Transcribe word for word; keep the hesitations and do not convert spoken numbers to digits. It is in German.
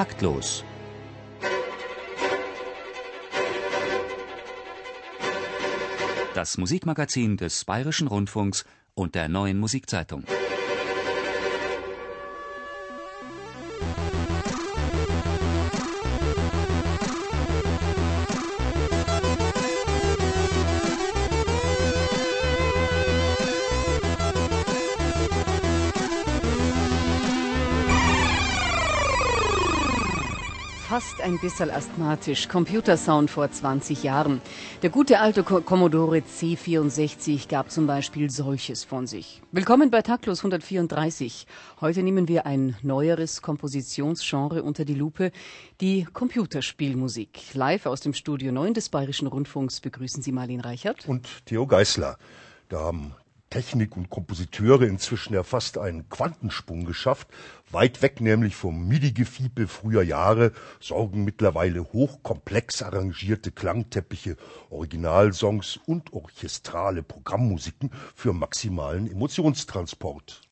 Taktlos. Das Musikmagazin des Bayerischen Rundfunks und der Neuen Musikzeitung. Fast ein bisschen asthmatisch. Computersound vor zwanzig Jahren. Der gute alte Commodore C vierundsechzig gab zum Beispiel solches von sich. Willkommen bei Taktlos hundertvierunddreißig. Heute nehmen wir ein neueres Kompositionsgenre unter die Lupe, die Computerspielmusik. Live aus dem Studio neun des Bayerischen Rundfunks begrüßen Sie Marlene Reichert und Theo Geisler. Da haben Technik und Kompositeure inzwischen ja fast einen Quantensprung geschafft. Weit weg nämlich vom MIDI-Gefiepe früher Jahre sorgen mittlerweile hochkomplex arrangierte Klangteppiche, Originalsongs und orchestrale Programmmusiken für maximalen Emotionstransport.